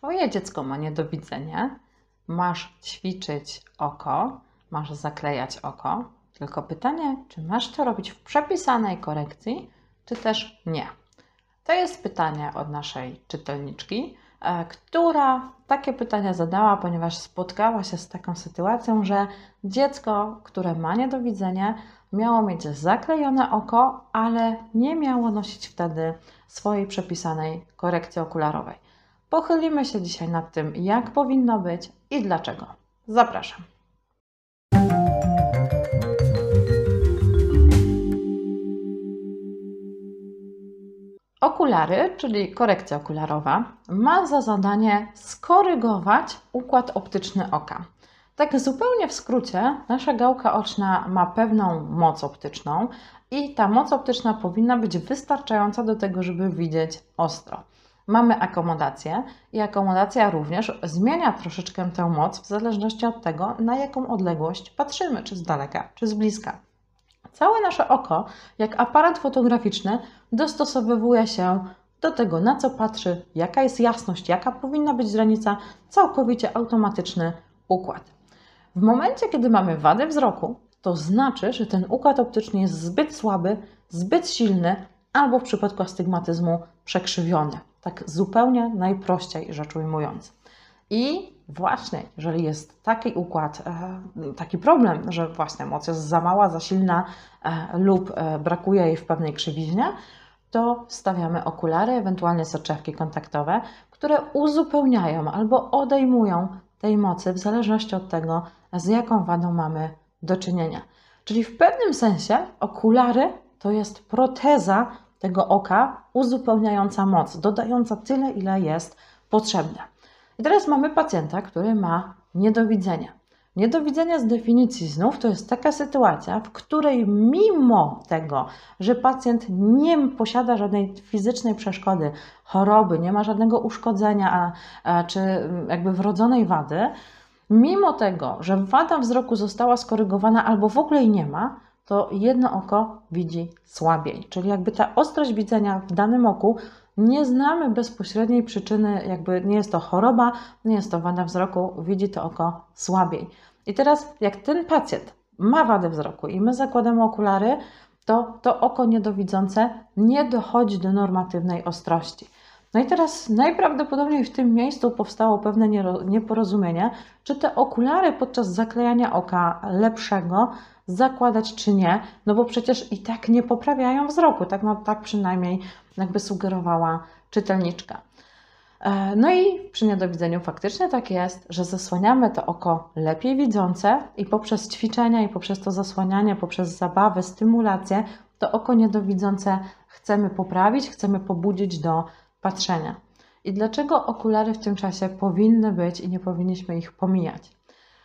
Twoje dziecko ma niedowidzenie, masz ćwiczyć oko, masz zaklejać oko, tylko pytanie, czy masz to robić w przepisanej korekcji, czy też nie. To jest pytanie od naszej czytelniczki, która takie pytanie zadała, ponieważ spotkała się z taką sytuacją, że dziecko, które ma niedowidzenie, miało mieć zaklejone oko, ale nie miało nosić wtedy swojej przepisanej korekcji okularowej. Pochylimy się dzisiaj nad tym, jak powinno być i dlaczego. Zapraszam. Okulary, czyli korekcja okularowa, ma za zadanie skorygować układ optyczny oka. Tak zupełnie w skrócie, nasza gałka oczna ma pewną moc optyczną i ta moc optyczna powinna być wystarczająca do tego, żeby widzieć ostro. Mamy akomodację i akomodacja również zmienia troszeczkę tę moc w zależności od tego, na jaką odległość patrzymy, czy z daleka, czy z bliska. Całe nasze oko, jak aparat fotograficzny, dostosowywuje się do tego, na co patrzy, jaka jest jasność, jaka powinna być granica, całkowicie automatyczny układ. W momencie, kiedy mamy wadę wzroku, to znaczy, że ten układ optyczny jest zbyt słaby, zbyt silny albo w przypadku astygmatyzmu przekrzywiony. Tak zupełnie najprościej rzecz ujmując. I właśnie, jeżeli jest taki układ, taki problem, że właśnie moc jest za mała, za silna lub brakuje jej w pewnej krzywiźnie, to wstawiamy okulary, ewentualnie soczewki kontaktowe, które uzupełniają albo odejmują tej mocy w zależności od tego, z jaką wadą mamy do czynienia. Czyli w pewnym sensie okulary to jest proteza tego oka uzupełniająca moc, dodająca tyle, ile jest potrzebne. I teraz mamy pacjenta, który ma niedowidzenie. Niedowidzenie z definicji znów to jest taka sytuacja, w której mimo tego, że pacjent nie posiada żadnej fizycznej przeszkody, choroby, nie ma żadnego uszkodzenia czy jakby wrodzonej wady, mimo tego, że wada wzroku została skorygowana albo w ogóle jej nie ma, to jedno oko widzi słabiej. Czyli jakby ta ostrość widzenia w danym oku nie znamy bezpośredniej przyczyny, jakby nie jest to choroba, nie jest to wada wzroku, widzi to oko słabiej. I teraz jak ten pacjent ma wadę wzroku i my zakładamy okulary, to oko niedowidzące nie dochodzi do normatywnej ostrości. No i teraz najprawdopodobniej w tym miejscu powstało pewne nieporozumienie, czy te okulary podczas zaklejania oka lepszego zakładać czy nie, no bo przecież i tak nie poprawiają wzroku, tak, no, tak przynajmniej jakby sugerowała czytelniczka. No i przy niedowidzeniu faktycznie tak jest, że zasłaniamy to oko lepiej widzące i poprzez ćwiczenia i poprzez to zasłanianie, poprzez zabawę, stymulację, to oko niedowidzące chcemy poprawić, chcemy pobudzić do patrzenia. I dlaczego okulary w tym czasie powinny być i nie powinniśmy ich pomijać?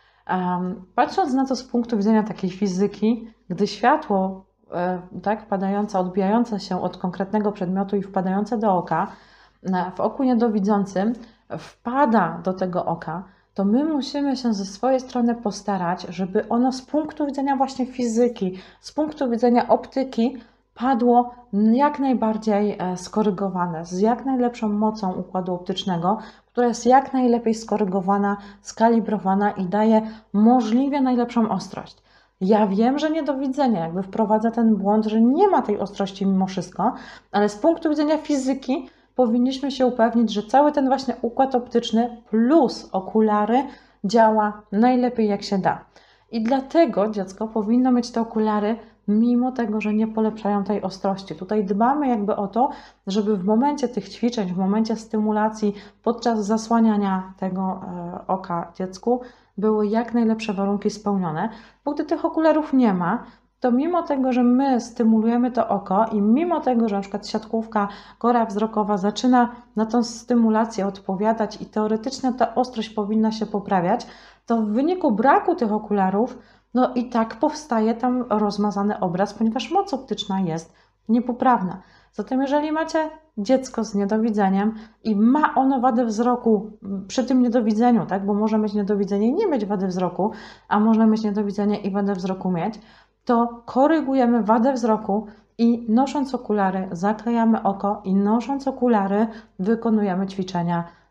Patrząc na to z punktu widzenia takiej fizyki, gdy światło tak, padające, odbijające się od konkretnego przedmiotu i wpadające do oka, w oku niedowidzącym wpada do tego oka, to my musimy się ze swojej strony postarać, żeby ono z punktu widzenia właśnie fizyki, z punktu widzenia optyki padło jak najbardziej skorygowane, z jak najlepszą mocą układu optycznego, która jest jak najlepiej skorygowana, skalibrowana i daje możliwie najlepszą ostrość. Ja wiem, że niedowidzenie jakby wprowadza ten błąd, że nie ma tej ostrości mimo wszystko, ale z punktu widzenia fizyki powinniśmy się upewnić, że cały ten właśnie układ optyczny plus okulary działa najlepiej jak się da. I dlatego dziecko powinno mieć te okulary mimo tego, że nie polepszają tej ostrości. Tutaj dbamy jakby o to, żeby w momencie tych ćwiczeń, w momencie stymulacji, podczas zasłaniania tego oka dziecku były jak najlepsze warunki spełnione, bo gdy tych okularów nie ma, to mimo tego, że my stymulujemy to oko i mimo tego, że na przykład siatkówka, kora wzrokowa zaczyna na tą stymulację odpowiadać i teoretycznie ta ostrość powinna się poprawiać, to w wyniku braku tych okularów no i tak powstaje tam rozmazany obraz, ponieważ moc optyczna jest niepoprawna. Zatem jeżeli macie dziecko z niedowidzeniem i ma ono wadę wzroku przy tym niedowidzeniu, tak, bo może mieć niedowidzenie i nie mieć wady wzroku, a można mieć niedowidzenie i wadę wzroku mieć, to korygujemy wadę wzroku i nosząc okulary zaklejamy oko i nosząc okulary wykonujemy ćwiczenia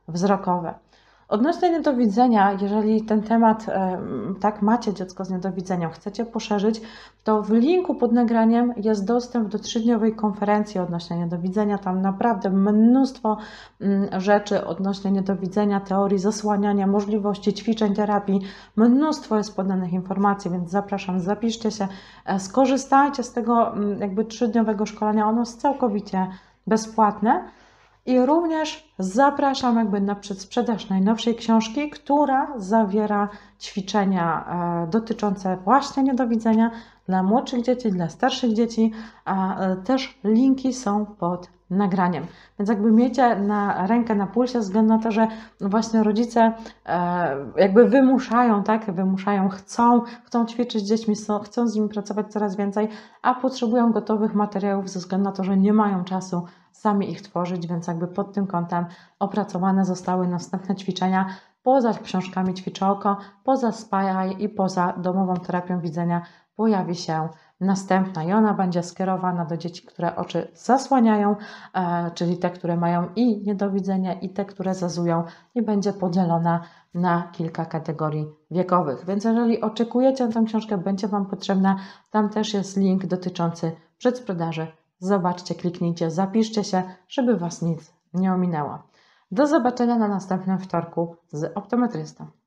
wzrokowe. Odnośnie niedowidzenia, jeżeli ten temat, tak, macie dziecko z niedowidzeniem, chcecie poszerzyć, to w linku pod nagraniem jest dostęp do 3-dniowej konferencji odnośnie niedowidzenia. Tam naprawdę mnóstwo rzeczy odnośnie niedowidzenia, teorii zasłaniania, możliwości ćwiczeń, terapii. Mnóstwo jest podanych informacji, więc zapraszam, zapiszcie się, skorzystajcie z tego jakby 3-dniowego szkolenia. Ono jest całkowicie bezpłatne. I również zapraszam jakby na przedsprzedaż najnowszej książki, która zawiera ćwiczenia dotyczące właśnie niedowidzenia dla młodszych dzieci, dla starszych dzieci, a też linki są pod nagraniem. Więc jakby miejcie na rękę na pulsie, ze względu na to, że właśnie rodzice jakby wymuszają, tak, chcą ćwiczyć z dziećmi, chcą z nimi pracować coraz więcej, a potrzebują gotowych materiałów ze względu na to, że nie mają czasu sami ich tworzyć, więc jakby pod tym kątem opracowane zostały następne ćwiczenia poza książkami Ćwiczę oko, poza Spajaj i poza domową terapią widzenia pojawi się następna i ona będzie skierowana do dzieci, które oczy zasłaniają, czyli te, które mają i niedowidzenie, i te, które zazują, i będzie podzielona na kilka kategorii wiekowych. Więc jeżeli oczekujecie na tę książkę, będzie Wam potrzebna, tam też jest link dotyczący przedsprzedaży. Zobaczcie, kliknijcie, zapiszcie się, żeby Was nic nie ominęło. Do zobaczenia na następnym wtorku z optometrystą.